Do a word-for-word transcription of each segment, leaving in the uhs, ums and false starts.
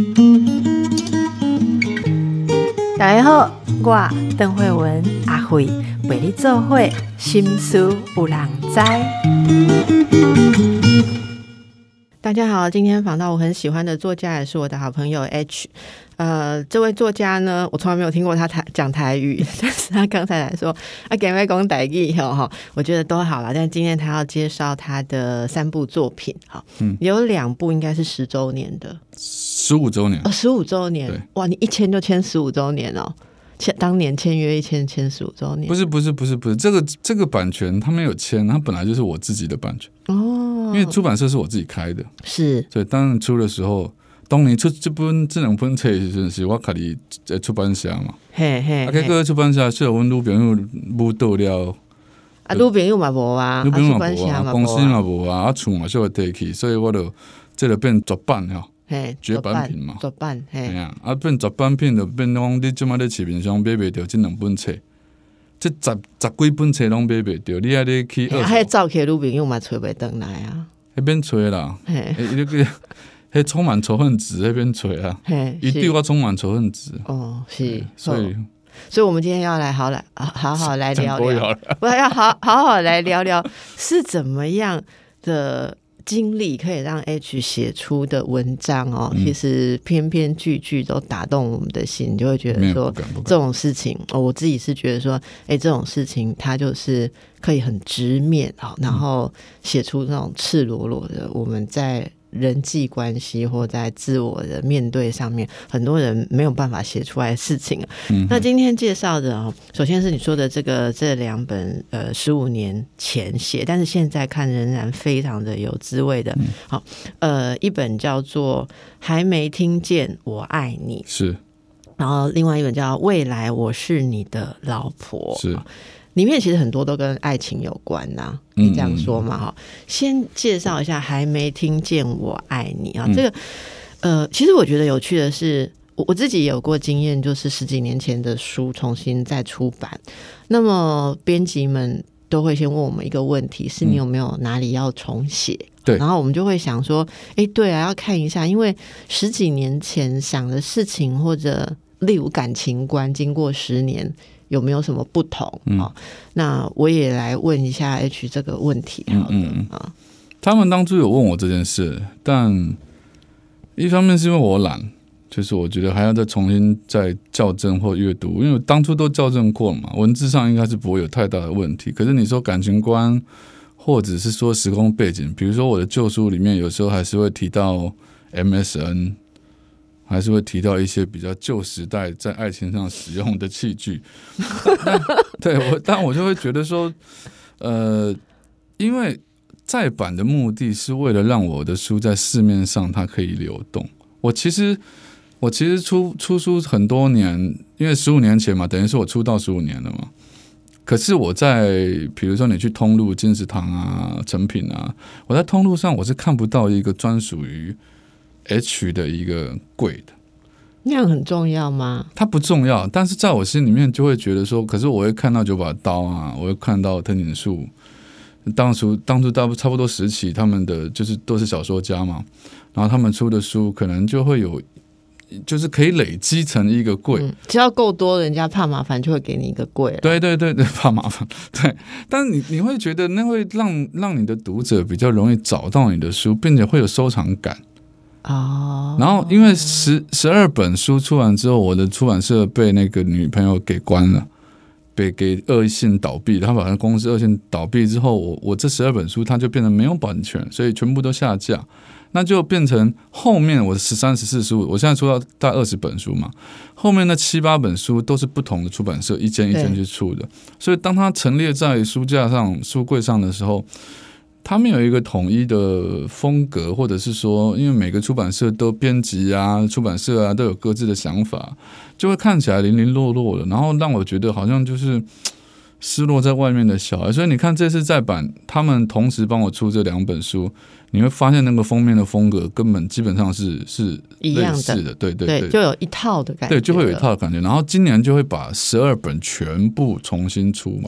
大家好，我邓惠文阿惠陪你做伙心思有人知。大家好，今天访到我很喜欢的作家，也是我的好朋友 H。呃，这位作家呢，我从来没有听过他台讲台语，但是他刚才来说啊，给我讲台语哈，我觉得都好了。但今天他要介绍他的三部作品，好，嗯，有两部应该是十周年的， 十五周年， 哦，十五周年，哇，你一签就签十五周年哦。当年签约一签签十五周年， 不是不是不是不是，这个这个版权他没有签，他本来就是我自己的版权哦，因为出版社是我自己开的， 是， 所以当然出的时候，当年出这本这两本册是我自己的出版社嘛， 嘿嘿， 啊，结果出版社说我女朋友舞到了， 啊，女朋友嘛无啊， 女朋友嘛无啊， 公司嘛无啊，啊，厝嘛小地去，所以我就这就变绝版哈。绝版品嘛， 绝版，嘿啊，啊变绝版品就变讲你即马在市面上买袂到这两本册，这十十几本册拢买袂到，你还得去二手。 还走起女朋友嘛找袂回来啊， 那边找啦，嘿，那个那充满仇恨值那边找啊，一对我充满仇恨值。 哦，是， 所以， 所以我们今天要来好来好好来聊聊，我要好好好来聊聊是怎么样的经历可以让 H 写出的文章哦，嗯、其实篇篇句句都打动我们的心，就会觉得说这种事情、哦、我自己是觉得说哎，这种事情它就是可以很直面、哦、然后写出那种赤裸裸的我们在人际关系或在自我的面对上面很多人没有办法写出来的事情、嗯、那今天介绍的、哦、首先是你说的这个这两本呃十五年前写但是现在看仍然非常的有滋味的、嗯、好呃一本叫做还没听见我爱你，是，然后另外一本叫未来我是你的老婆，是，里面其实很多都跟爱情有关呐、啊，你这样说嘛哈、嗯。先介绍一下还没听见我爱你啊，嗯、这个呃，其实我觉得有趣的是，我我自己也有过经验，就是十几年前的书重新再出版，那么编辑们都会先问我们一个问题，是你有没有哪里要重写？对、嗯，然后我们就会想说，哎，对啊，要看一下，因为十几年前想的事情或者例如感情观，经过十年。有没有什么不同、嗯哦、那我也来问一下 H 这个问题好了、嗯嗯啊、 他们当初有问我这件事，但一方面是因为我懒，就是我觉得还要再重新再校正或阅读，因为我当初都校正过嘛，文字上应该是不会有太大的问题。可是你说感情观或者是说时空背景，比如说我的旧书里面有时候还是会提到 M S N，还是会提到一些比较旧时代在爱情上使用的器具，对我，但我就会觉得说，呃，因为再版的目的是为了让我的书在市面上它可以流动。我其实我其实出出书很多年，因为十五年前嘛，等于是我出道十五年了嘛。可是我在比如说你去通路金石堂啊、诚品啊，我在通路上我是看不到一个专属于H 的一个柜的， 那样很重要吗？ 它不重要，但是在我心里面就会觉得说，可是我会看到九把刀啊，我会看到藤井树，当初当初差不多时期，他们的就是都是小说家嘛，然后他们出的书可能就会有，就是可以累积成一个柜、嗯， 只要够多，人家怕麻烦就会给你一个柜。 对对对对，怕麻烦，对。但是你你会觉得那会让让你的读者比较容易找到你的书，并且会有收藏感。哦，然后因为十十二本书出完之后，我的出版社被那个女朋友给关了，被给恶性倒闭。他把公司恶性倒闭之后，我我这十二本书它就变成没有版权，所以全部都下架。那就变成后面我的十三、十四、十五，我现在出到大概二十本书嘛，后面那七八本书都是不同的出版社一间一间去出的，所以当它陈列在书架上、书柜上的时候。他们有一个统一的风格，或者是说因为每个出版社都编辑啊出版社啊都有各自的想法，就会看起来零零落落的，然后让我觉得好像就是失落在外面的小孩。所以你看这次再版他们同时帮我出这两本书，你会发现那个封面的风格根本基本上是是类似的，对对 对, 对，就有一套的感觉， 对，就会有一套的感觉。然后今年就会把十二本全部重新出完。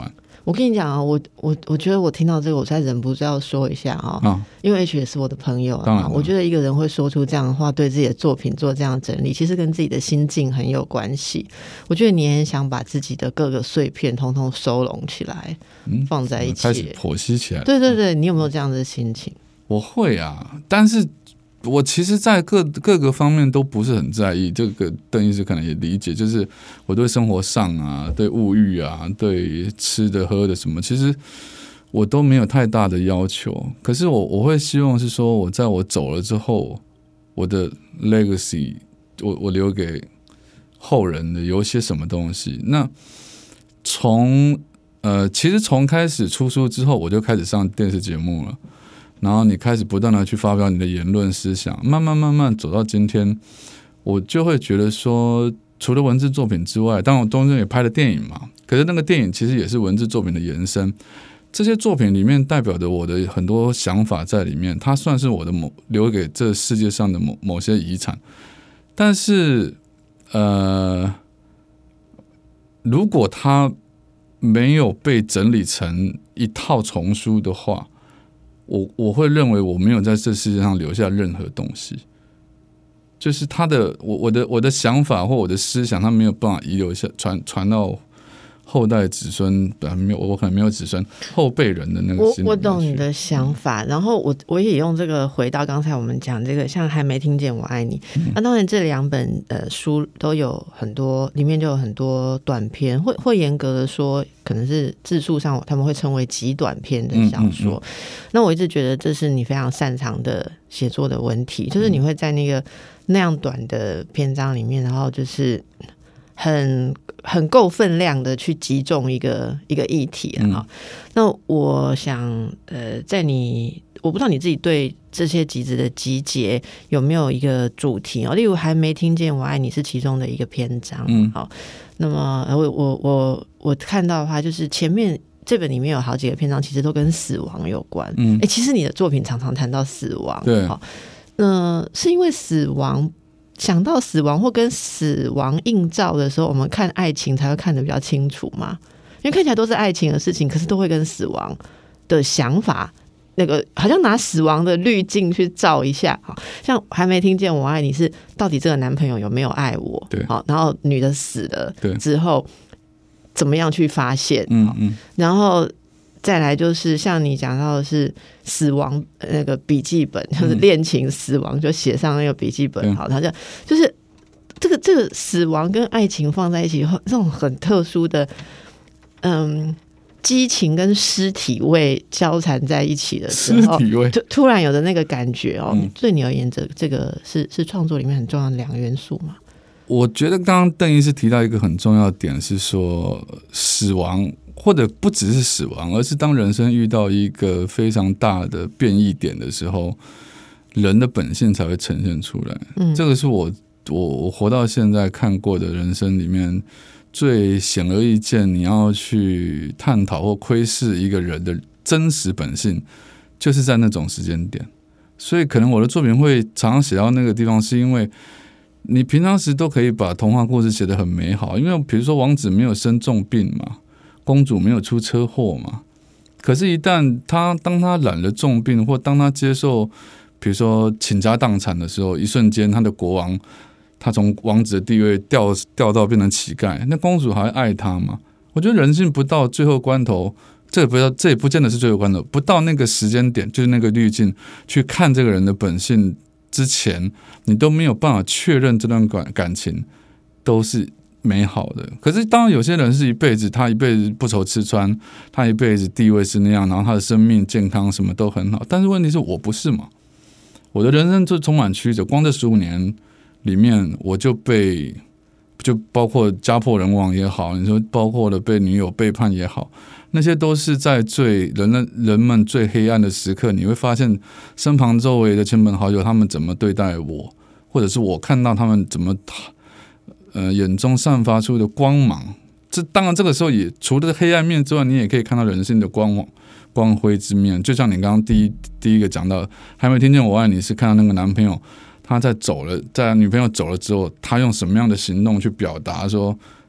我跟你讲啊，我我我觉得我听到这个，我才忍不住要说一下啊、哦，因为 H 也是我的朋友啊。我觉得一个人会说出这样的话，对自己的作品做这样的整理，其实跟自己的心境很有关系。我觉得你也很想把自己的各个碎片通通收拢起来，嗯、放在一起， 开始剖析起来。 对对对，你有没有这样的心情？ 我会啊，但是我其实在各各个方面都不是很在意，这个邓医师可能也理解，就是我对生活上啊，对物欲啊，对吃的喝的什么，其实我都没有太大的要求。可是我我会希望是说，我在我走了之后，我的 legacy 我我留给后人的有一些什么东西。那从呃，其实从开始出书之后，我就开始上电视节目了。然后你开始不断的去发表你的言论思想，慢慢慢慢走到今天，我就会觉得说，除了文字作品之外，当然我中间也拍了电影嘛，可是那个电影其实也是文字作品的延伸，这些作品里面代表着我的很多想法在里面，它算是我的某留给这世界上的某某些遗产。但是呃，如果它没有被整理成一套丛书的话，我我会认为我没有在这世界上留下任何东西，就是他的我我的我的想法或我的思想，他没有办法遗留下传传到后代子孙，没有我可能没有子孙后辈人的那个心里面去。我我懂你的想法，然后我我也用这个回到刚才我们讲这个，像还没听见我爱你。那、嗯啊、当然这两本呃书都有很多，里面就有很多短篇，会会严格的说，可能是字数上他们会称为极短篇的小说。嗯嗯嗯，那我一直觉得这是你非常擅长的写作的文体，就是你会在那个那样短的篇章里面，然后就是很很够分量的去击中一个一个议题啊、嗯。那我想，呃，在你我不知道你自己对这些集子的集结有没有一个主题哦？例如还没听见我爱你是其中的一个篇章。嗯，好，那么我我我我看到的话，就是前面这本里面有好几个篇章，其实都跟死亡有关。嗯，哎，其实你的作品常常谈到死亡， 对， 好，那是因为死亡。想到死亡或跟死亡映照的时候，我们看爱情才会看得比较清楚嘛，因为看起来都是爱情的事情，可是都会跟死亡的想法那个好像拿死亡的滤镜去照一下，像还没听见我爱你是到底这个男朋友有没有爱我， 对， 然后女的死了之后怎么样去发现，嗯嗯，然后再来就是像你讲到的是死亡那个笔记本，就是恋情死亡就写上那个笔记本，好，他就就是这个这个死亡跟爱情放在一起，这种很特殊的，嗯，激情跟尸体味交缠在一起的时候， 尸体味就突然有的那个感觉哦。嗯、对你而言，这这个是是创作里面很重要的两个元素吗？ 我觉得刚刚邓医师提到一个很重要的点是说死亡。或者不只是死亡，而是当人生遇到一个非常大的变异点的时候，人的本性才会呈现出来。嗯，这个是我我我活到现在看过的人生里面最显而易见，你要去探讨或窥视一个人的真实本性，就是在那种时间点。所以可能我的作品会常常写到那个地方，是因为你平常时都可以把童话故事写得很美好，因为比如说王子没有生重病嘛，公主没有出车祸嘛，可是一旦他当他染了重病，或当他接受比如说倾家荡产的时候，一瞬间他的国王他从王子的地位掉掉到变成乞丐，那公主还会爱他吗？我觉得人性不到最后关头，这也不要这也不见得是最后关头，不到那个时间点，就是那个滤镜去看这个人的本性之前，你都没有办法确认这段感感情都是美好的。可是当然有些人是一辈子，他一辈子不愁吃穿，他一辈子地位是那样，然后他的生命健康什么都很好，但是问题是我不是嘛，我的人生就充满曲折，光这十五年里面我就被就包括家破人亡也好，你说包括了被女友背叛也好，那些都是在最人人们最黑暗的时刻，你会发现身旁周围的亲朋好友他们怎么对待我，或者是我看到他们怎么呃，眼中散发出的光芒，这当然这个时候也除了黑暗面之外，你也可以看到人性的光芒光辉之面。就像你刚刚第一第一个讲到，还没听见我爱你，是看到那个男朋友他在走了，在女朋友走了之后，他用什么样的行动去表达说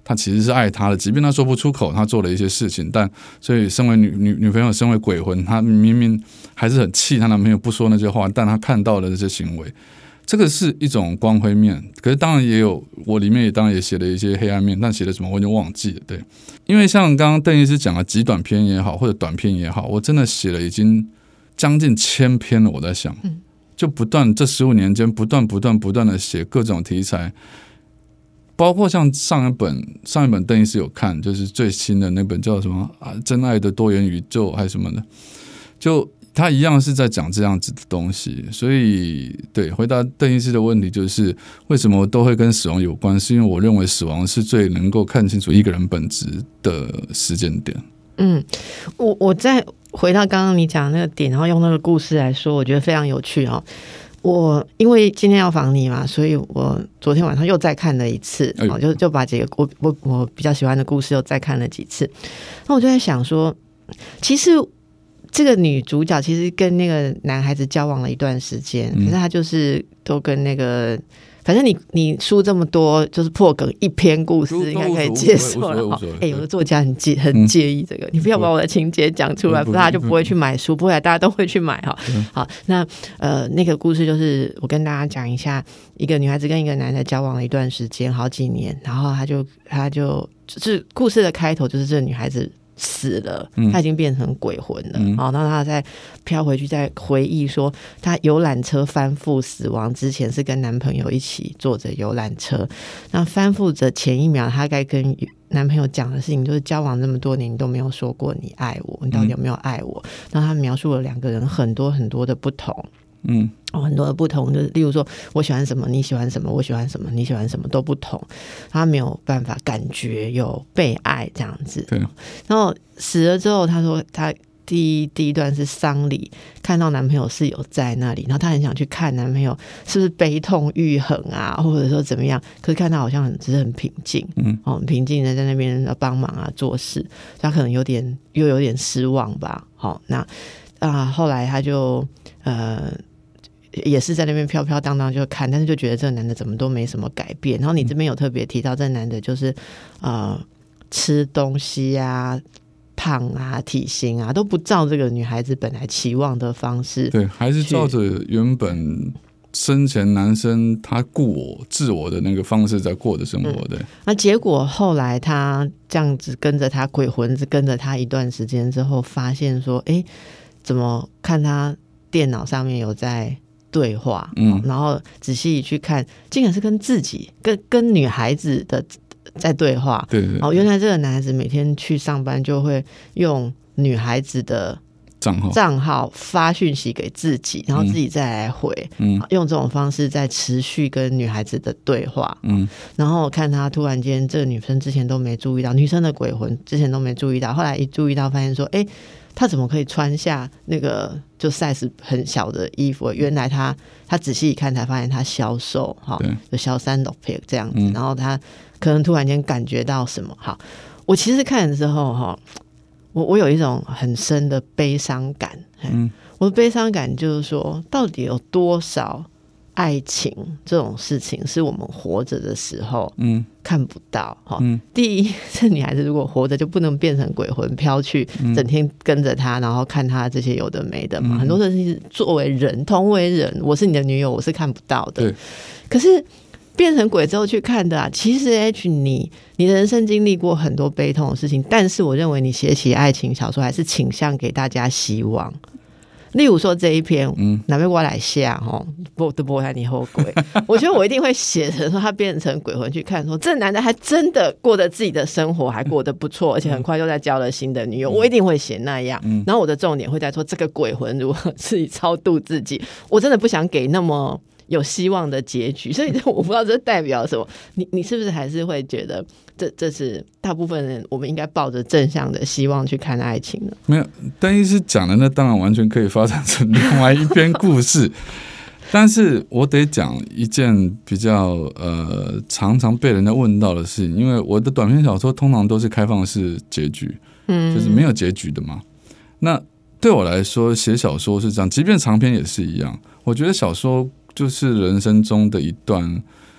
他其实是爱他的，即便他说不出口，他做了一些事情，但所以身为女女女朋友，身为鬼魂，他明明还是很气他男朋友不说那些话，但他看到了这些行为，这个是一种光辉面。可是当然也有，我里面也当然也写了一些黑暗面，但写的什么我就忘记了。对，因为像刚刚邓医师讲的极短篇也好，或者短篇也好，我真的写了已经将近千篇了。我在想，就不断这十五年间不断不断不断的写各种题材。包括像上一本上一本邓医师有看，就是最新的那本叫什么啊，真爱的多元宇宙还是什么的，就他一样是在讲这样子的东西。所以对，回答邓医师的问题，就是为什么都会跟死亡有关，是因为我认为死亡是最能够看清楚一个人本质的时间点。 嗯，我我再回到刚刚你讲的那个点，然后用那个故事来说，我觉得非常有趣哦。我因为今天要访你嘛，所以我昨天晚上又再看了一次，哎、就就把几个我我我比较喜欢的故事又再看了几次。那我就在想说，其实这个女主角其实跟那个男孩子交往了一段时间，可是她就是都跟那个。反正你你书这么多，就是破梗一篇故事，应该可以接受了。哎，有的作家很介很介意这个，嗯、你不要把我的情节讲出来，不然他就不会去买书，不然大家都会去买哈。好，那呃那个故事就是我跟大家讲一下，一个女孩子跟一个男的交往了一段时间，好几年，然后他就他就就是故事的开头就是这个女孩子。死了，他已经变成鬼魂了。嗯，然后他再飘回去，再回忆说，他游览车翻覆死亡之前是跟男朋友一起坐着游览车。那翻覆的前一秒，他该跟男朋友讲的事情就是交往这么多年，你都没有说过你爱我，你到底有没有爱我？那、嗯、他描述了两个人很多很多的不同。嗯，哦，很多的不同，就是例如说我喜欢什么，你喜欢什么，我喜欢什么，你喜欢什么都不同，他没有办法感觉有被爱这样子。对。然后死了之后，他说他第一第一段是丧礼，看到男朋友是有在那里，然后他很想去看男朋友是不是悲痛欲横啊，或者说怎么样，可是看他好像很只是很平静，嗯，哦，很平静的在那边帮忙啊做事，他可能有点又有点失望吧。好、哦，那啊后来他就呃。也是在那边飘飘荡荡就看，但是就觉得这个男的怎么都没什么改变。然后你这边有特别提到，这个男的就是呃吃东西啊、胖啊、体型啊，都不照这个女孩子本来期望的方式， 对，还是照着原本生前男生他顾我、治我的那个方式在过的生活的、嗯。 那结果后来他这样子跟着他鬼魂跟着他一段时间之后，发现说，哎，怎么看他电脑上面有在。对话，嗯，然后仔细去看，竟然是跟自己、跟跟女孩子的在对话。 对对对。 哦，原来这个男孩子每天去上班就会用女孩子的账号账号发讯息给自己，然后自己再来回，嗯，用这种方式在持续跟女孩子的对话。嗯，然后看他突然间，这个女生之前都没注意到，女生的鬼魂之前都没注意到，后来一注意到，发现说，哎。他怎么可以穿下那个就 size 很小的衣服？原来他他仔细一看才发现他消瘦哈，就消三六皮这样子、嗯。然后他可能突然间感觉到什么？好，我其实看了之后哈，我我有一种很深的悲伤感。嗯，我的悲伤感就是说，到底有多少爱情这种事情是我们活着的时候嗯看不到、嗯、第一，这女孩子如果活着就不能变成鬼魂飘去、嗯、整天跟着她然后看她这些有的没的嘛、嗯、很多事情是作为人同为人，我是你的女友我是看不到的，可是变成鬼之后去看的啊，其实 H 你你的人生经历过很多悲痛的事情，但是我认为你写起爱情小说还是倾向给大家希望。例如说这一篇，嗯，哪边我来下吼，不都不会你后鬼，我觉得我一定会写成说他变成鬼魂去看，说这男的还真的过得自己的生活，还过得不错，而且很快就在交了新的女友，我一定会写那样。然后我的重点会在说这个鬼魂如何自己超度自己，我真的不想给那么有希望的结局，所以我不知道这代表什么。你你是不是还是会觉得这这是大部分人我们应该抱着正向的希望去看爱情呢？ 没有，邓医师讲的那当然完全可以发展成另外一篇故事，但是我得讲一件比较呃常常被人家问到的事情，因为我的短篇小说通常都是开放式结局，嗯，就是没有结局的嘛。那对我来说，写小说是这样，即便长篇也是一样。我觉得小说就是人生中的一段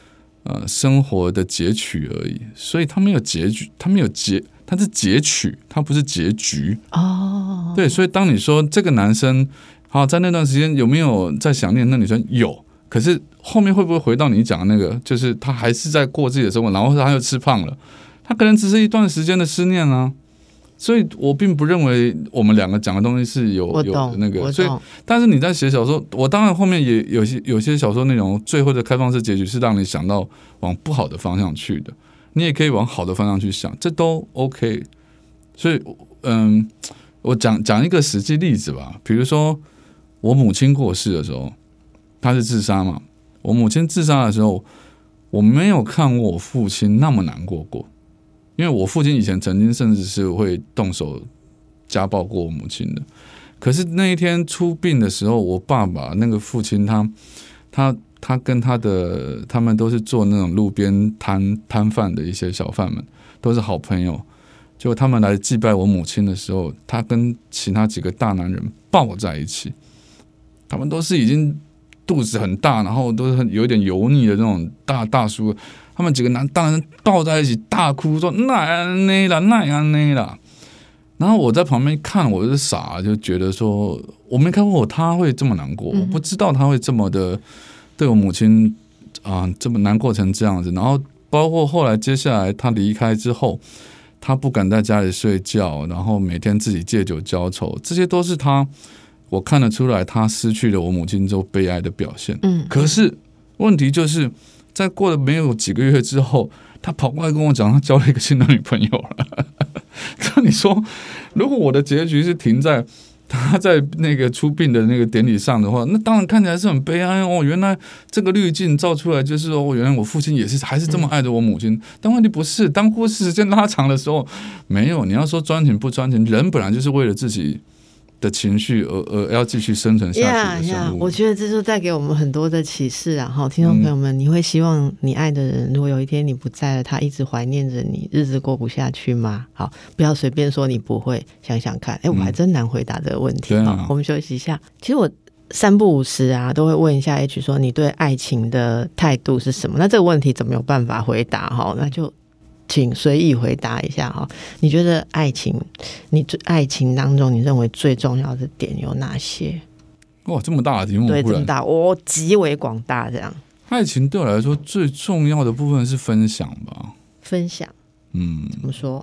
呃生活的截取而已，所以他没有结局，他没有结，他是截取，他不是结局哦。对，所以当你说这个男生好在那段时间有没有在想念那女生，有，可是后面会不会回到你讲的那个，就是他还是在过自己的生活，然后他又吃胖了，他可能只是一段时间的思念啊。所以我并不认为我们两个讲的东西是有有那个，所以但是你在写小说，我当然后面也有些有些小说内容最后的开放式结局是让你想到往不好的方向去的，你也可以往好的方向去想，这都 OK。所以嗯，我讲讲一个实际例子吧，比如说我母亲过世的时候，她是自杀嘛，我母亲自杀的时候，我没有看过我父亲那么难过过。因为我父亲以前曾经甚至是会动手家暴过我母亲的，可是那一天出殡的时候，我爸爸那个父亲他他他跟他的他们都是做那种路边摊摊贩的一些小贩们，都是好朋友。结果他们来祭拜我母亲的时候，他跟其他几个大男人抱在一起，他们都是已经肚子很大，然后都是很有一点油腻的那种大大叔。他们几个男大人抱在一起大哭说那安内啦那安内啦，然后我在旁边看，我就傻，就觉得说我没看过他会这么难过，我不知道他会这么的对我母亲啊这么难过成这样子。然后包括后来接下来他离开之后，他不敢在家里睡觉，然后每天自己借酒浇愁，这些都是他我看得出来他失去了我母亲之后悲哀的表现。嗯，可是问题就是在过了没有几个月之后，他跑过来跟我讲他交了一个新的女朋友了。那你说如果我的结局是停在他在那个出殡的那个典礼上的话，那当然看起来是很悲哀哦。原来这个滤镜照出来就是哦，原来我父亲也是还是这么爱着我母亲。嗯、但问题不是，当故事时间拉长的时候，没有你要说专情不专情，人本来就是为了自己的情绪而而要继续生存下去的生物。 yeah, yeah, 我觉得这就带给我们很多的启示啊！哈，听众朋友们、嗯，你会希望你爱的人，如果有一天你不在了，他一直怀念着你，日子过不下去吗？好，不要随便说你不会，想想看。哎，我还真难回答这个问题。好、嗯，我们休息一下。其实我三不五时啊，都会问一下 H 说，你对爱情的态度是什么？那这个问题怎么有办法回答？哈，那就请随意回答一下哈。你觉得爱情，你爱情当中你认为最重要的点有哪些？ 哇，这么大的题目， 对，这么大，我、哦、极为广大这样。 爱情对我来说最重要的部分是分享吧。 分享， 嗯， 怎么说？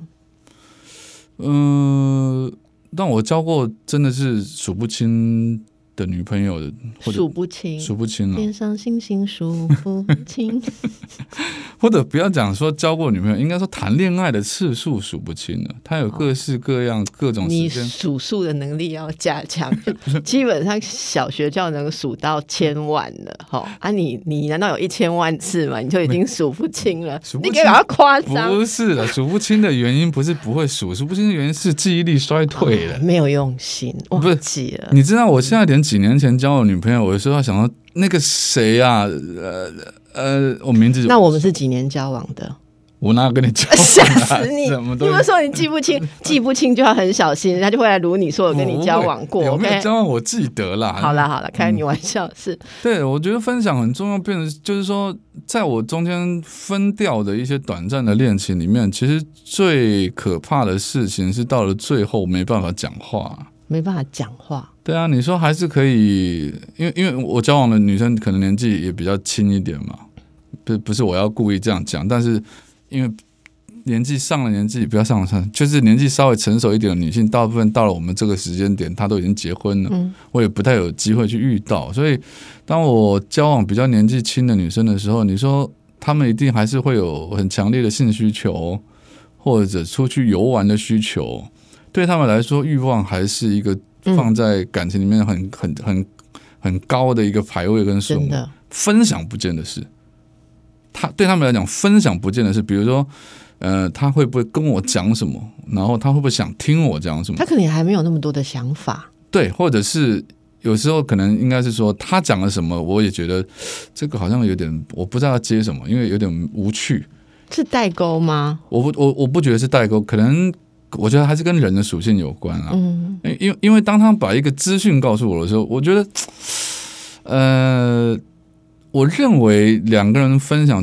嗯、呃，但我交过真的是数不清的女朋友的， 数不清， 数不清了。 天上星星数不清， 或者不要讲说交过女朋友，应该说谈恋爱的次数数不清了。他有各式各样、各种时间。 你数数的能力要加强，基本上小学就能数到千万了。哈啊你，你你难道有一千万次吗？你就已经数不清了？你给他夸张？ 不是的，数不清的原因不是不会数，数不清的原因是记忆力衰退了， 哦、没有用心，忘记了。 你知道我现在连几年前交的女朋友，我有时候要想到那个谁啊，呃呃，我名字。 那我们是几年交往的？ 我哪有跟你交往、啊？ 吓死你！你不是说你记不清，记不清就要很小心，人家就会来撸你说我跟你交往过。 有没有交往我记得啦。 好啦好啦，开你玩笑、嗯、是。 对，我觉得分享很重要，变成就是说，在我中间分掉的一些短暂的恋情里面，其实最可怕的事情是到了最后没办法讲话。 没办法讲话， 对啊，你说还是可以，因为因为我交往的女生可能年纪也比较轻一点嘛，不不是我要故意这样讲，但是因为年纪上了年纪，不要上了上，就是年纪稍微成熟一点的女性，大部分到了我们这个时间点，她都已经结婚了、嗯，我也不太有机会去遇到，所以当我交往比较年纪轻的女生的时候，你说她们一定还是会有很强烈的性需求，或者出去游玩的需求。对他们来说，欲望还是一个放在感情里面很、嗯、很很很高的一个排位跟数目。分享不见得是，他对他们来讲，分享不见得是。比如说，呃，他会不会跟我讲什么？然后他会不会想听我讲什么？ 他可能还没有那么多的想法。 对，或者是有时候可能应该是说，他讲了什么，我也觉得这个好像有点，我不知道要接什么，因为有点无趣。 是代沟吗？ 我不，我我不觉得是代沟，可能。我觉得还是跟人的属性有关啊，嗯，因为因为当他把一个资讯告诉我的时候，我觉得，呃，我认为两个人分享最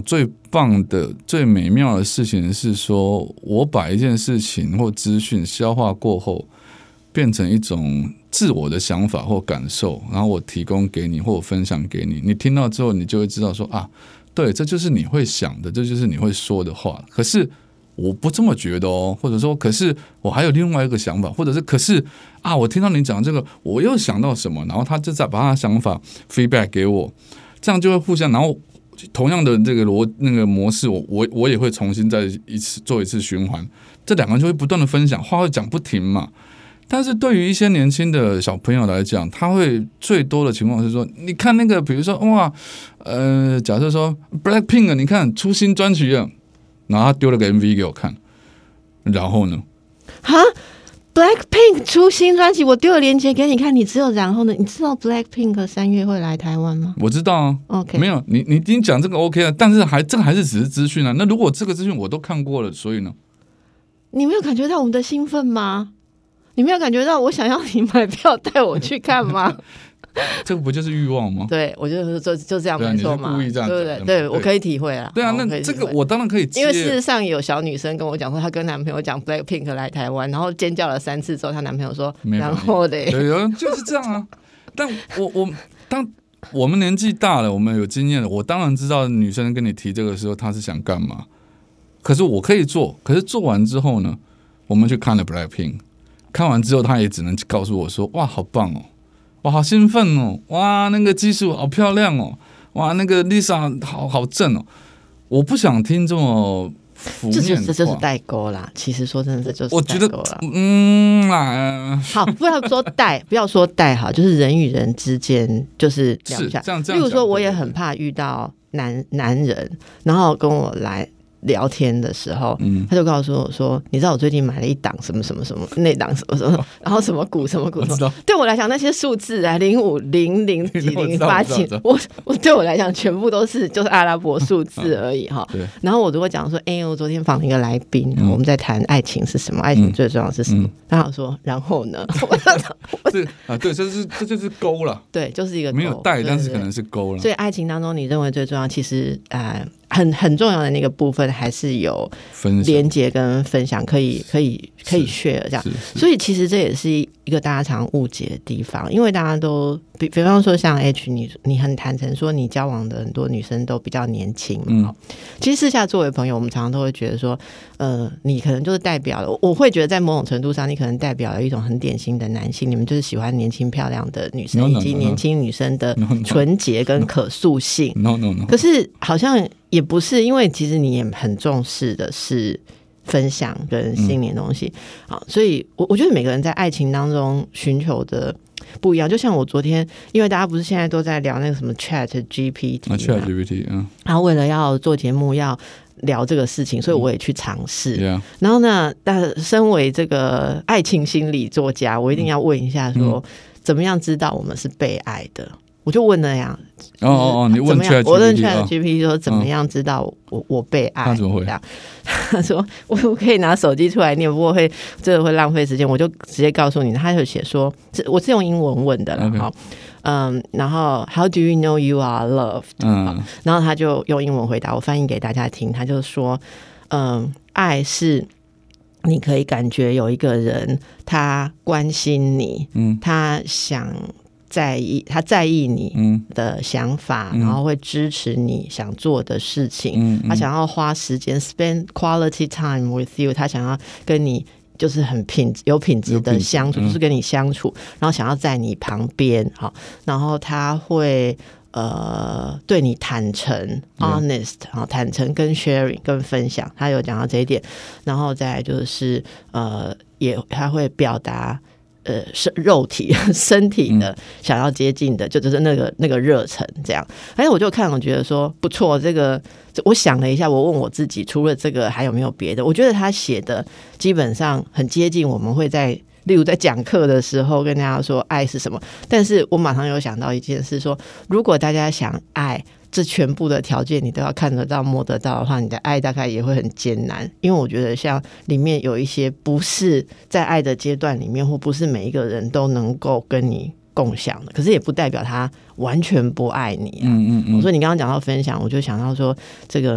棒的、最美妙的事情是说，我把一件事情或资讯消化过后，变成一种自我的想法或感受，然后我提供给你或我分享给你，你听到之后，你就会知道说啊，对，这就是你会想的，这就是你会说的话。可是我不这么觉得哦，或者说，可是我还有另外一个想法，或者是可是啊，我听到你讲这个，我又想到什么，然后他就再把他的想法 feedback 给我，这样就会互相，然后同样的这个逻那个模式，我我我也会重新再一次做一次循环，这两个人就会不断的分享，话会讲不停嘛。但是对于一些年轻的小朋友来讲，他会最多的情况是说，你看那个，比如说哇，呃，假设说 Blackpink， 你看出新专辑了，然后他丢了个 M V 给我看，然后呢？ 哈 ，Blackpink 出新专辑，我丢了链接给你看，你只有然后呢？你知道 Blackpink 三月会来台湾吗？ 我知道啊 ，OK， 没有你你已经讲这个 OK 了，但是还这个还是只是资讯啊。那如果这个资讯我都看过了，所以呢？ 你没有感觉到我们的兴奋吗？你没有感觉到我想要你买票带我去看吗？ 这个不就是欲望吗？ 对，我就就就这样没错嘛， 对，你是故意这样， 对不对？对，我可以体会啊。 对啊，那这个我当然可以接， 因为事实上有小女生跟我讲说，她跟男朋友讲 Blackpink 来台湾，然后尖叫了三次之后，她男朋友说，然后嘞， 对，就是这样啊。但我我当我们年纪大了，我们有经验了，我当然知道女生跟你提这个时候，她是想干嘛。可是我可以做，可是做完之后呢，我们去看了 Blackpink。看完之后，他也只能告诉我说：“哇，好棒哦，哇，好兴奋哦，哇，那个技术好漂亮哦，哇，那个 Lisa 好好正哦。”我不想听这么浮面的话， 这就是代沟啦。其实说真的，这就是我觉得，嗯啊， 好，不要说代，不要说代，好，就是人与人之间就是聊一下。 这样这样。 例如说，我也很怕遇到男男人，然后跟我来聊天的时候，嗯、他就告诉我说：“你知道我最近买了一档什么什么什么，那档什么什么，然后什么股什么股什么。”对我来讲，那些数字啊，零五零零几零八几，我我对我来讲，全部都是就是阿拉伯数字而已哈。然后我如果讲说：“哎、欸，我昨天访了一个来宾，嗯、我们在谈爱情是什么，爱情最重要的是什么？”嗯、他有说：“然后呢？” 对啊，对，这是这就是勾了， 对，就是一个勾没有带，但是可能是勾了。 所以爱情当中，你认为最重要，其实呃。很很重要的那个部分还是有连结跟分享，可以可以可以 share 这样，所以其实这也是一个大家常误解的地方，因为大家都比比方说像 H 你你很坦诚说你交往的很多女生都比较年轻嘛、嗯、其实私下作为朋友我们常常都会觉得说呃，你可能就是代表了，我会觉得在某种程度上你可能代表了一种很典型的男性，你们就是喜欢年轻漂亮的女生、no, no, no, no. 以及年轻女生的纯洁跟可塑性 no, no, no, no. 可是好像也不是，因为其实你也很重视的是分享跟心灵的东西、嗯、好，所以我我觉得每个人在爱情当中寻求的不一样，就像我昨天，因为大家不是现在都在聊那个什么 Chat G P T 嘛、啊、 Chat G P T 嗯， 然后为了要做节目要聊这个事情，所以我也去尝试、嗯 yeah. 然后呢，但身为这个爱情心理作家，我一定要问一下说、嗯、怎么样知道我们是被爱的，我就问了呀。 哦哦哦，你问 Chat G P T， 我问 Chat G P T 说怎么样知道我、嗯、我被爱？ 他怎么回？ 他说我我可以拿手机出来念，不过会这个会浪费时间，我就直接告诉你。他就写说，我是用英文问的了，好、okay. 嗯，然后 How do you know you are loved？ 嗯，然后他就用英文回答，我翻译给大家听。他就说，嗯，爱是你可以感觉有一个人他关心你，嗯，他想。在意他在意你的想法、嗯、然后会支持你想做的事情、嗯、他想要花时间 spend quality time with you， 他想要跟你就是很品有品质的相处，就是跟你相处、嗯、然后想要在你旁边，好，然后他会呃对你坦诚 honest 好，坦诚跟 sharing 跟分享，他有讲到这一点，然后再来就是呃也他会表达呃，肉体身体的想要接近的、嗯、就就是那个那个热忱这样。而且我就看我觉得说不错，这个我想了一下，我问我自己除了这个还有没有别的，我觉得他写的基本上很接近我们会在例如在讲课的时候跟大家说爱是什么，但是我马上有想到一件事，说如果大家想爱这全部的条件你都要看得到摸得到的话，你的爱大概也会很艰难。因为我觉得像里面有一些不是在爱的阶段里面，或不是每一个人都能够跟你共享的，可是也不代表他完全不爱你、啊、嗯嗯嗯。所以你刚刚讲到分享，我就想到说这个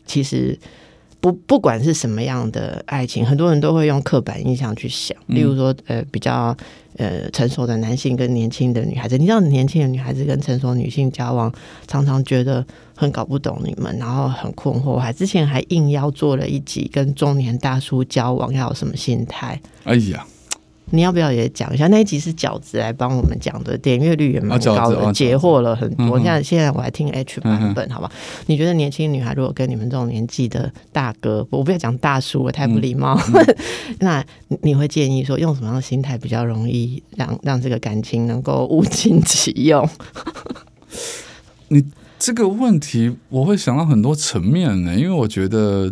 其实不不管是什么样的爱情，很多人都会用刻板印象去想，例如说呃比较呃成熟的男性跟年轻的女孩子，你知道年轻的女孩子跟成熟女性交往，常常觉得很搞不懂你们，然后很困惑，还之前还应邀做了一集跟中年大叔交往要有什么心态。 哎呀， 你要不要也讲一下？那一集是饺子来帮我们讲的，点阅率也蛮高的，解惑了很多。现在现在我还听 H 版本，好吧？你觉得年轻女孩如果跟你们这种年纪的大哥，我不要讲大叔了，太不礼貌，那你会建议说用什么样的心态比较容易让让这个感情能够物尽其用？ 你这个问题我会想到很多层面呢，因为我觉得，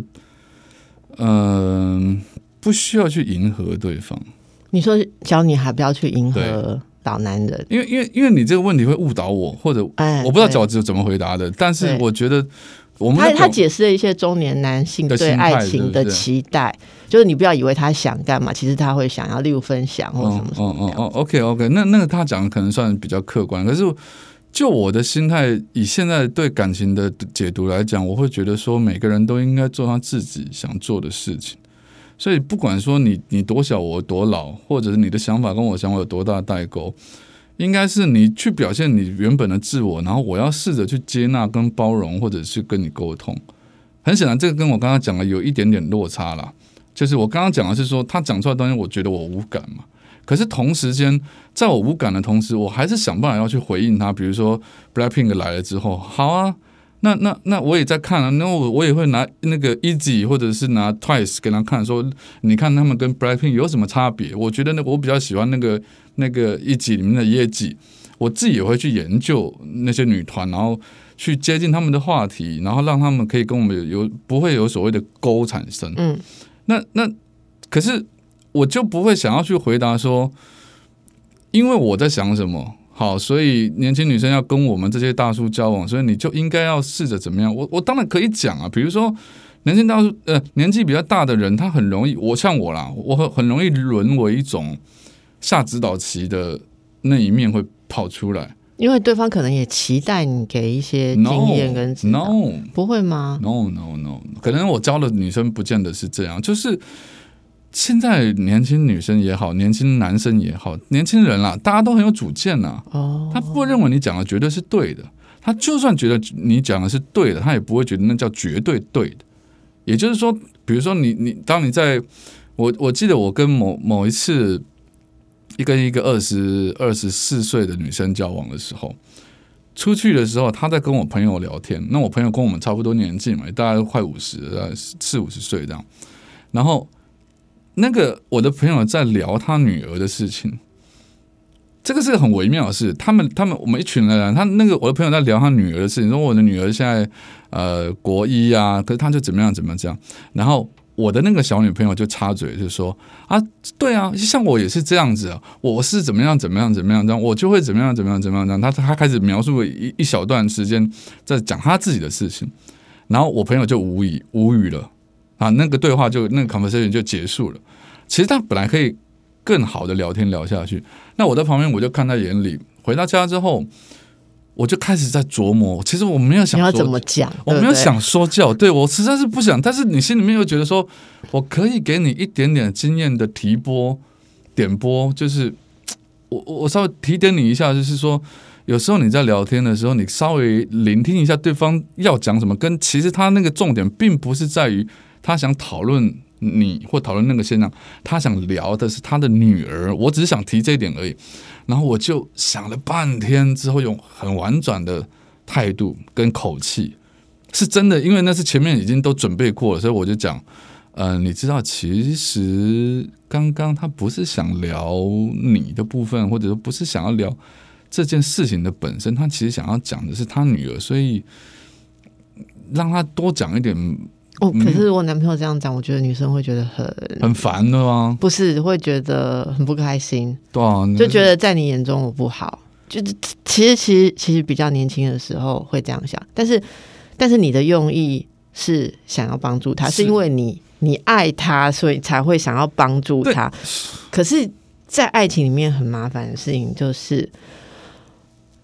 嗯、呃，不需要去迎合对方。 你说教你还不要去迎合老男人， 因为因为因为你这个问题会误导我，或者我不知道饺子怎么回答的，但是我觉得我们他他解释了一些中年男性对爱情的期待，是是就是你不要以为他想干嘛，其实他会想要例如分享或什么什么。哦哦哦 ，OK OK， 那那个他讲的可能算比较客观，可是就我的心态，以现在对感情的解读来讲，我会觉得说每个人都应该做他自己想做的事情。所以不管说你你多小我多老，或者是你的想法跟我想法有多大的代沟，应该是你去表现你原本的自我，然后我要试着去接纳跟包容，或者是跟你沟通。很显然这个跟我刚刚讲的有一点点落差啦，就是我刚刚讲的是说他讲出来的东西我觉得我无感嘛，可是同时间在我无感的同时，我还是想办法要去回应他。比如说 Blackpink 来了之后，好啊，那那那我也在看啊，那我我也会拿那个 E Z I 或者是拿 Twice 给他看，说你看他们跟 Blackpink 有什么差别？我觉得那我比较喜欢那个那个 E Z I 里面的业绩，我自己也会去研究那些女团，然后去接近他们的话题，然后让他们可以跟我们有有不会有所谓的勾产生。嗯，那那可是我就不会想要去回答说，因为我在想什么。好，所以年轻女生要跟我们这些大叔交往，所以你就应该要试着怎么样？我我当然可以讲啊，比如说年轻大叔，呃，年纪比较大的人，他很容易，我像我啦，我很很容易沦为一种下指导棋的那一面会跑出来， 因为对方可能也期待你给一些经验跟指导。 No, 不会吗 ？No No No， 可能我教的女生不见得是这样，就是。现在年轻女生也好，年轻男生也好，年轻人啦，大家都很有主见呐、啊。哦，他不会认为你讲的绝对是对的，他就算觉得你讲的是对的，他也不会觉得那叫绝对对的。也就是说，比如说你你当你在我我记得我跟某某一次一跟一个二十二十四岁的女生交往的时候，出去的时候，她在跟我朋友聊天，那我朋友跟我们差不多年纪嘛，大概快五十，大概四五十岁这样，然后。那个我的朋友在聊他女儿的事情，这个是个很微妙的事。他们他们我们一群人，他那个我的朋友在聊他女儿的事情，说我的女儿现在呃国一啊，可是他就怎么样怎么样这样。然后我的那个小女朋友就插嘴就说啊，对啊，像我也是这样子啊，我是怎么样怎么样怎么样这样，我就会怎么样怎么样怎么样这样。他他开始描述了一一小段时间在讲他自己的事情，然后我朋友就无语无语了。啊，那个对话就那个 conversation 就结束了。其实他本来可以更好的聊天聊下去，那我在旁边我就看在眼里。回到家之后，我就开始在琢磨。其实我没有想说你要怎么讲， 我没有想说教，对我实在是不想。但是你心里面又觉得说，我可以给你一点点经验的提拨点拨，就是我我稍微提点你一下，就是说。有时候你在聊天的时候，你稍微聆听一下对方要讲什么，跟其实他那个重点并不是在于他想讨论你或讨论那个现象，他想聊的是他的女儿。我只是想提这一点而已。然后我就想了半天之后，用很婉转的态度跟口气，是真的，因为那是前面已经都准备过了，所以我就讲，呃，你知道，其实刚刚他不是想聊你的部分，或者说不是想要聊。这件事情的本身，他其实想要讲的是他女儿，所以让他多讲一点。 哦，可是我男朋友这样讲，我觉得女生会觉得很很烦的吗？ 不是，会觉得很不开心。 对啊， 就觉得在你眼中我不好。就是其实其实其实比较年轻的时候会这样想，但是但是你的用意是想要帮助他，是因为你你爱他，所以才会想要帮助他。可是，在爱情里面很麻烦的事情就是。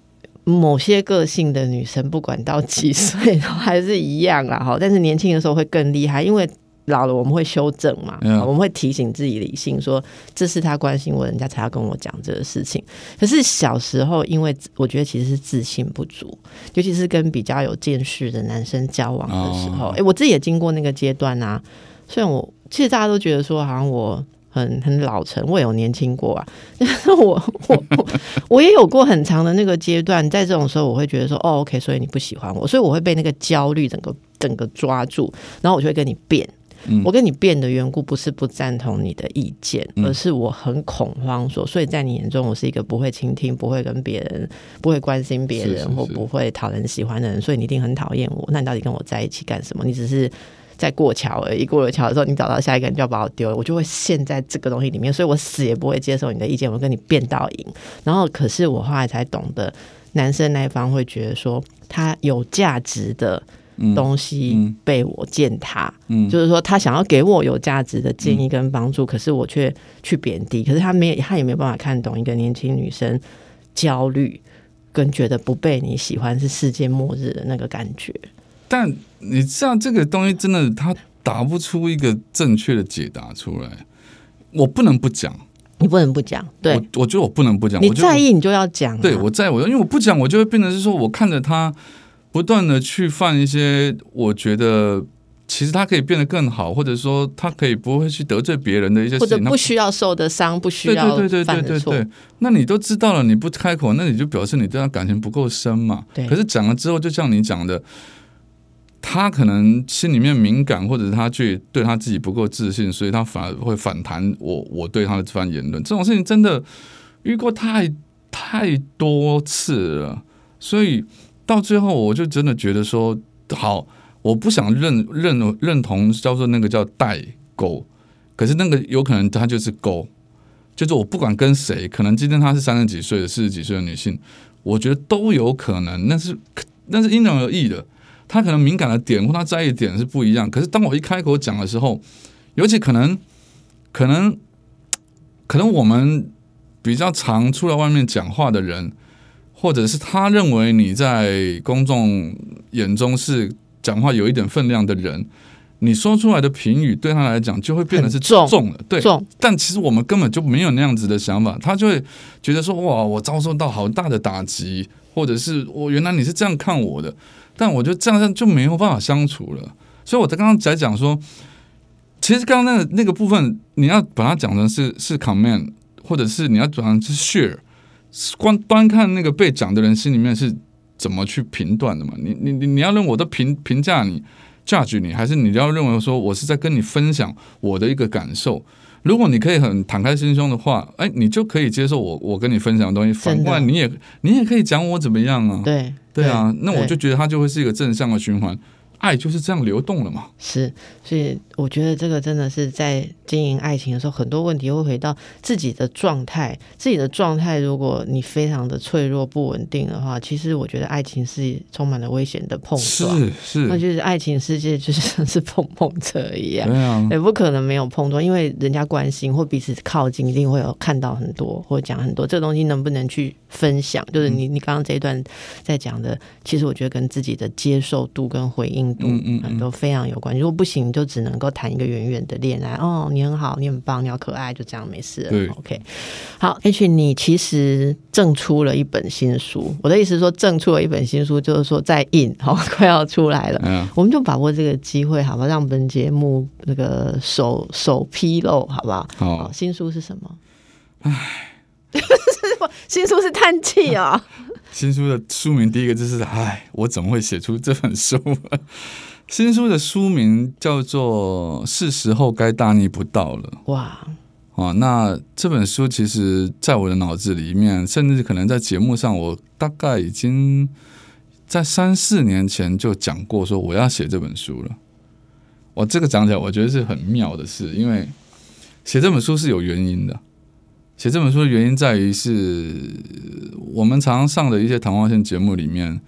某些个性的女生不管到几岁都还是一样啦，但是年轻的时候会更厉害，因为老了我们会修正嘛、嗯、我们会提醒自己理性说这是他关心我，人家才要跟我讲这个事情。可是小时候因为我觉得其实是自信不足，尤其是跟比较有见识的男生交往的时候、哦欸、我自己也经过那个阶段啊。虽然我其实大家都觉得说好像我很很老成，我也有年轻过啊，我我我也有过很长的那个阶段，在这种时候我会觉得说哦 OK， 所以你不喜欢我，所以我会被那个焦虑整个整个抓住，然后我就会跟你辩。嗯、我跟你辩的缘故不是不赞同你的意见、嗯、而是我很恐慌说，所以在你眼中我是一个不会倾听，不会跟别人不会关心别人，是是是或不会讨人喜欢的人，所以你一定很讨厌我。那你到底跟我在一起干什么？你只是在过桥而已，过了桥的时候你找到下一个人就要把我丢了，我就会陷在这个东西里面，所以我死也不会接受你的意见，我跟你辩到赢。然后可是我后来才懂得，男生那一方会觉得说他有价值的东西被我践踏、嗯嗯、就是说他想要给我有价值的建议跟帮助、嗯、可是我却去贬低，可是他没有，他也没有办法看懂一个年轻女生焦虑跟觉得不被你喜欢是世界末日的那个感觉。 但你知道这个东西真的他打不出一个正确的解答出来，我不能不讲， 你不能不讲，对， 我, 我觉得我不能不讲， 你在意你就要讲、啊、 对，我在意，因为我不讲我就会变成是说我看着他不断的去犯一些我觉得其实他可以变得更好，或者说他可以不会去得罪别人的一些事情， 或者不需要受的伤，不需要犯的错。 那你都知道了，你不开口，那你就表示你对他感情不够深嘛。可是讲了之后，就像你讲的，他可能心里面敏感，或者是他去对他自己不够自信，所以他反而会反弹我我对他的这番言论。这种事情真的遇过太太多次了，所以到最后我就真的觉得说，好，我不想认认认同叫做那个叫代沟，可是那个有可能他就是沟，就是我不管跟谁，可能今天她是三十几岁的、四十几岁的女性，我觉得都有可能，那是那是因人而异的。她可能敏感的点或她在意的点是不一样，可是当我一开口讲的时候，尤其可能可能可能我们比较常出来外面讲话的人，或者是他认为你在公众眼中是讲话有一点分量的人，你说出来的评语对他来讲就会变得是重了，对，重。但其实我们根本就没有那样子的想法，他就会觉得说，哇，我遭受到好大的打击，或者是我原来你是这样看我的，但我觉得这样就没有办法相处了。所以我在刚刚在讲说，其实刚刚那个那个部分，你要把它讲成是是 comment， 或者是你要转成是 share。光端看那个被讲的人心里面是怎么去评断的嘛？你你你要认为我的评评价你 judge 你，还是你要认为说我是在跟你分享我的一个感受？如果你可以很敞开心胸的话，哎，你就可以接受我我跟你分享的东西。反过来你也你也可以讲我怎么样啊？ 对对啊，那我就觉得它就会是一个正向的循环。爱就是这样流动了嘛。 是，所以我觉得这个真的是在经营爱情的时候，很多问题会回到自己的状态。自己的状态，如果你非常的脆弱不稳定的话，其实我觉得爱情是充满了危险的碰撞。 是是， 那就是爱情世界就像是碰碰车一样， 对啊， 也不可能没有碰撞，因为人家关心或彼此靠近，一定会有看到很多或讲很多。这个东西能不能去分享，就是你你刚刚这一段在讲的，其实我觉得跟自己的接受度跟回应度、嗯嗯嗯、都非常有关。如果不行，你就只能够谈一个远远的恋爱，哦，你很好，你很棒，你好可爱，就这样没事了。 对 OK， 好 H， 你其实正出了一本新书，我的意思是说正出了一本新书，就是说在印，好，快要出来了、嗯、我们就把握这个机会，好吧，让本节目那个首首披露，好不好？ 好， 好，新书是什么？唉新书是叹气哦。 新书的书名第一个字是唉，我怎么会写出这本书？新书的书名叫做是时候该大逆不道了。哇、哦、那这本书其实在我的脑子里面，甚至可能在节目上，我大概已经在三四年前就讲过说我要写这本书了。我这个讲起来我觉得是很妙的事，因为写这本书是有原因的。写这本书的原因在于是我们常常上的一些谈话性节目里面，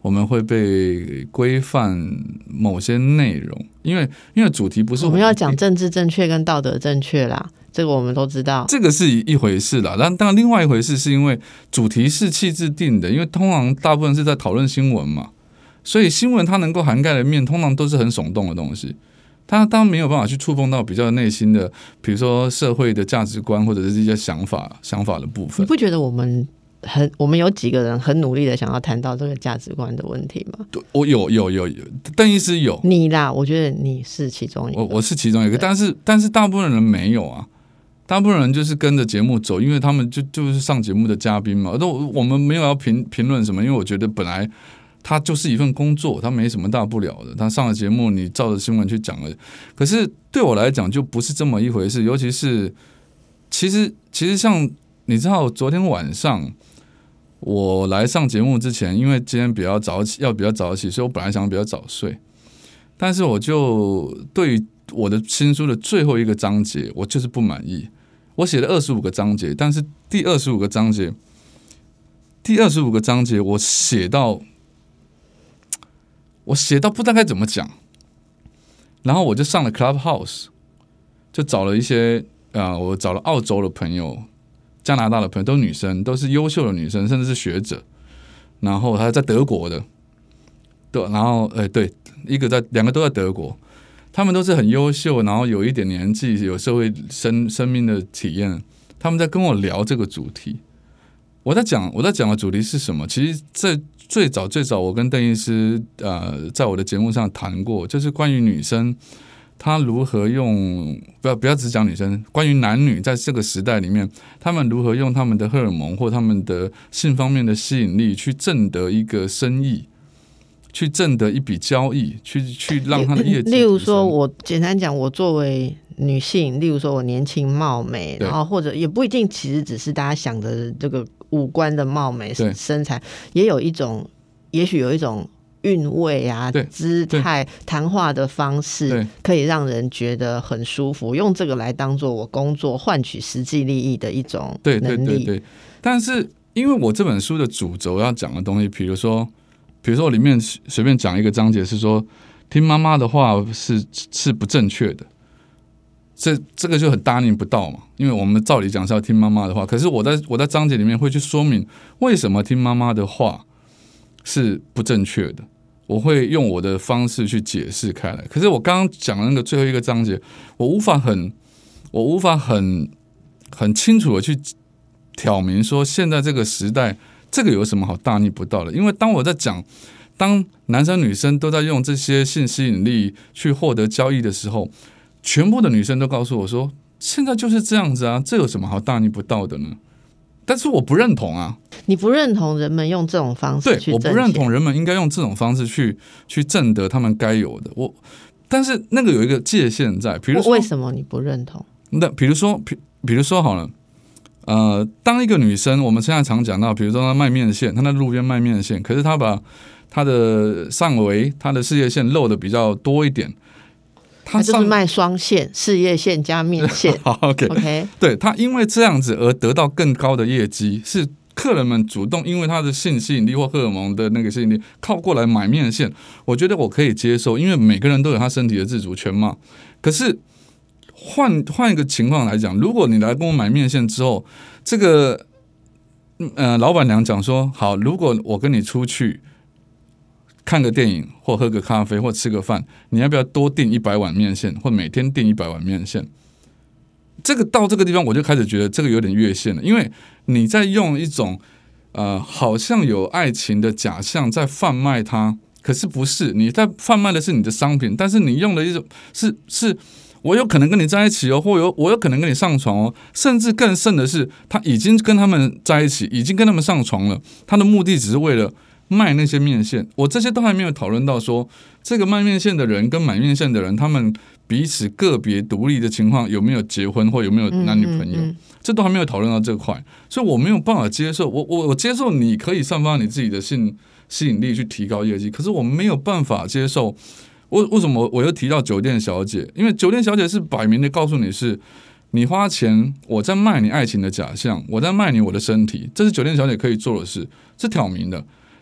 我们会被规范某些内容，因为因为主题不是我们, 我们要讲政治正确跟道德正确啦，这个我们都知道， 这个是一回事啦。但当然另外一回事是因为主题是气制定的，因为通常大部分是在讨论新闻嘛，所以新闻它能够涵盖的面通常都是很耸动的东西，它当然没有办法去触碰到比较内心的，比如说社会的价值观或者是一些想法想法的部分。 你不觉得我们很我们有几个人很努力的想要谈到这个价值观的问题吗？ 我有有有有，邓医师有你啦，我觉得你是其中一个， 我我是其中一个，但是但是大部分人没有啊，大部分人就是跟着节目走，因为他们就就是上节目的嘉宾嘛。都我们没有要评评论什么，因为我觉得本来他就是一份工作，他没什么大不了的。他上了节目，你照着新闻去讲了，可是对我来讲就不是这么一回事。尤其是其实其实像你知道，昨天晚上。我来上节目之前，因为今天比较早起，要比较早起，所以我本来想比较早睡，但是我就对于我的新书的最后一个章节，我就是不满意。我写了二十五个章节，但是第二十五个章节，第二十五个章节我写到，我写到不知道该怎么讲，然后我就上了 Clubhouse， 就找了一些呃，我找了澳洲的朋友。加拿大的朋友都是女生，都是优秀的女生，甚至是学者。然后还在德国的，对，然后哎，对，一个在，两个都在德国，他们都是很优秀，然后有一点年纪，有社会生生命的体验。他们在跟我聊这个主题。我在讲，我在讲的主题是什么？其实在最早最早，我跟邓医师呃，在我的节目上谈过，就是关于女生。他如何用不要不要只讲女生，关于男女在这个时代里面，他们如何用他们的荷尔蒙或他们的性方面的吸引力去挣得一个生意，去挣得一笔交易，去去让他的业绩。 例如说，我简单讲，我作为女性，例如说我年轻貌美，然后或者也不一定，其实只是大家想的这个五官的貌美身材，也有一种，也许有一种。韵味啊，姿态、谈话的方式，可以让人觉得很舒服。用这个来当做我工作换取实际利益的一种能力。对对对对。 但是，因为我这本书的主轴要讲的东西，比如说，比如说我里面随便讲一个章节是说，听妈妈的话是是不正确的，这这个就很大逆不道嘛。因为我们照理讲是要听妈妈的话，可是我在我在章节里面会去说明为什么听妈妈的话是不正确的。我会用我的方式去解释开来，可是我刚刚讲的那个最后一个章节，我无法很，我无法很很清楚的去挑明说，现在这个时代，这个有什么好大逆不道的？因为当我在讲，当男生女生都在用这些性吸引力去获得交易的时候，全部的女生都告诉我说，现在就是这样子啊，这有什么好大逆不道的呢？但是我不认同啊！ 你不认同人们用这种方式去挣钱？ 对，我不认同人们应该用这种方式去去挣得他们该有的。我，但是那个有一个界限在，比如说为什么你不认同？ 那比如说，比比如说好了，呃，当一个女生，我们现在常讲到，比如说她卖面线，她在路边卖面线，可是她把她的上围、她的事业线露的比较多一点。 他就是卖双线，事业线加面线。 好 ，OK， OK， 对他因为这样子而得到更高的业绩，是客人们主动因为他的性吸引力或荷尔蒙的那个吸引力靠过来买面线，我觉得我可以接受，因为每个人都有他身体的自主权嘛。可是换换一个情况来讲，如果你来跟我买面线之后，这个呃老板娘讲说，好，如果我跟你出去。看个电影或喝个咖啡或吃个饭，你要不要多订一百碗面线，或每天订一百碗面线？这个到这个地方，我就开始觉得这个有点越线了，因为你在用一种呃好像有爱情的假象在贩卖它，可是不是，你在贩卖的是你的商品，但是你用的一种是是，我有可能跟你在一起哦，或有我有可能跟你上床哦，甚至更甚的是，他已经跟他们在一起，已经跟他们上床了，他的目的只是为了。卖那些面线，我这些都还没有讨论到说，这个卖面线的人跟买面线的人，他们彼此个别独立的情况有没有结婚或有没有男女朋友，嗯嗯嗯这都还没有讨论到这块，所以我没有办法接受。我我我接受你可以散发你自己的性吸引力去提高业绩，可是我没有办法接受。为为什么我又提到酒店小姐？因为酒店小姐是摆明的告诉你是。你花钱，我在卖你爱情的假象，我在卖你我的身体，这是酒店小姐可以做的事，是挑明的。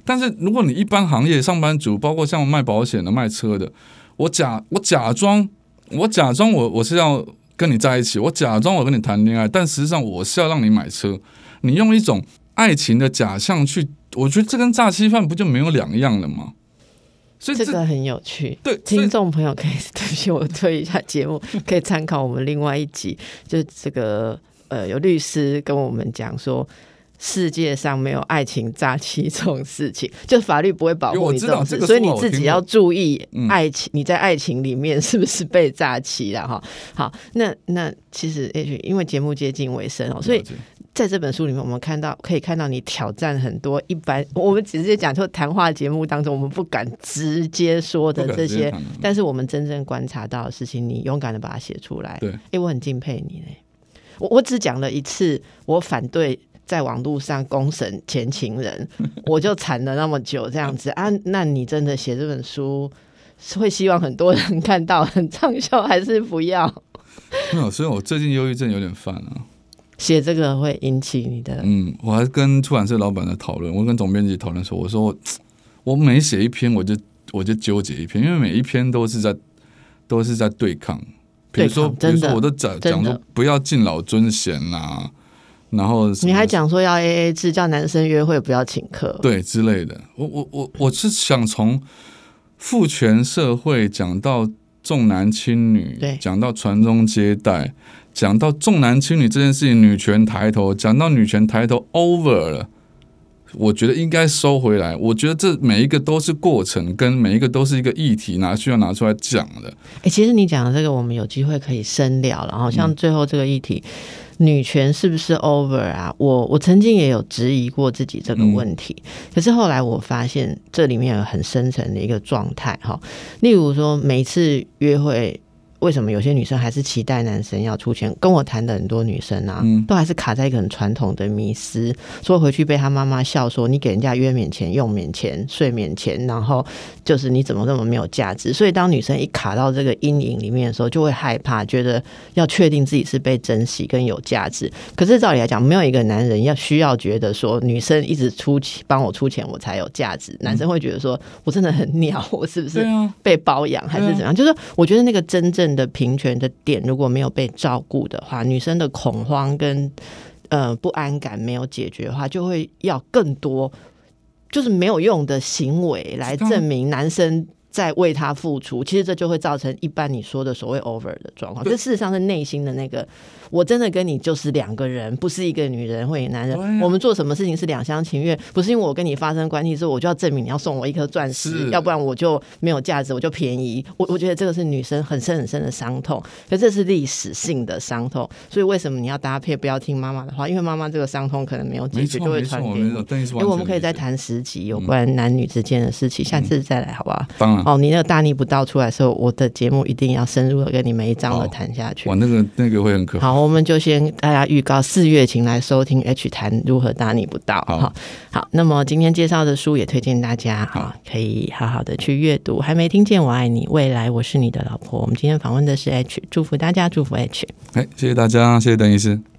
但是如果你一般行业上班族，包括像卖保险的、卖车的，我假我假装我假装我我是要跟你在一起，我假装我跟你谈恋爱，但实际上我是要让你买车。你用一种爱情的假象去，我觉得这跟诈欺犯不就没有两样了吗？所以 这, 这个很有趣， 对听众朋友可以对不起我推一下节目，可以参考我们另外一集，就这个呃有律师跟我们讲说。世界上没有爱情诈欺这种事情，就法律不会保护你这种事，所以你自己要注意爱情、嗯、你在爱情里面是不是被诈欺了哈？好，那那其实因为节目接近尾声，所以在这本书里面我们看到可以看到你挑战很多一般我们直接讲就谈话节目当中我们不敢直接说的这些，但是我们真正观察到的事情，你勇敢的把它写出来。对，欸、我很敬佩你嘞。我我只讲了一次我反对在网络上公审前情人我就惨了那么久这样子啊，那你真的写这本书会希望很多人看到很畅销还是不要？ 没有，所以我最近忧郁症有点犯啊， 写这个会引起你的嗯，我还跟出版社老板在讨论，我跟总编辑讨论说，我说我每写一篇我就我就纠结一篇，因为每一篇都是在都是在对抗，比如说比如说我都讲讲说不要敬老尊贤啊，然后你还讲说要 A A 制，叫男生约会不要请客， 对之类的。我我我我是想从父权社会讲到重男轻女，讲到传宗接代，讲到重男轻女这件事情，女权抬头，讲到女权抬头 over 了，我觉得应该收回来。我觉得这每一个都是过程，跟每一个都是一个议题，拿需要拿出来讲的。 欸，其实你讲的这个，我们有机会可以深聊了。好像最后这个议题。嗯，女权是不是 over 啊？我我曾经也有质疑过自己这个问题，嗯，可是后来我发现这里面有很深层的一个状态哈。例如说，每一次约会，为什么有些女生还是期待男生要出钱？跟我谈的很多女生啊，嗯，都还是卡在一个很传统的迷思，说回去被她妈妈笑说你给人家约免钱、用免钱、睡免钱，然后就是你怎么那么没有价值。所以当女生一卡到这个阴影里面的时候，就会害怕，觉得要确定自己是被珍惜跟有价值。可是照理来讲，没有一个男人要需要觉得说女生一直出钱帮我出钱我才有价值，男生会觉得说我真的很鸟，我是不是被包养还是怎么样？就是我觉得那个真正的平权的点如果没有被照顾的话，女生的恐慌跟呃不安感没有解决的话，就会要更多就是没有用的行为来证明男生在为他付出，其实这就会造成一般你说的所谓 over 的状况。这事实上是内心的那个我真的跟你就是两个人，不是一个女人或一个男人，啊，我们做什么事情是两厢情愿，不是因为我跟你发生关系之后我就要证明你要送我一颗钻石，要不然我就没有价值，我就便宜。 我, 我觉得这个是女生很深很深的伤痛，可这是历史性的伤痛。所以为什么你要搭配不要听妈妈的话，因为妈妈这个伤痛可能没有解决就会传给你。因为我们可以再谈十集有关男女之间的事情，嗯，下次再来好不好？当然哦，你那个大逆不道出来的时候，我的节目一定要深入的跟你每一章的谈下去。 哇，那个那个会很可怕。 好，我们就先大家预告四月请来收听 H 谈如何大逆不道。好，好，那么今天介绍的书也推荐大家好可以好好的去阅读。还没听见我爱你，未来我是你的老婆。我们今天访问的是 H， 祝福大家，祝福 H。 哎，谢谢大家，谢谢邓医师。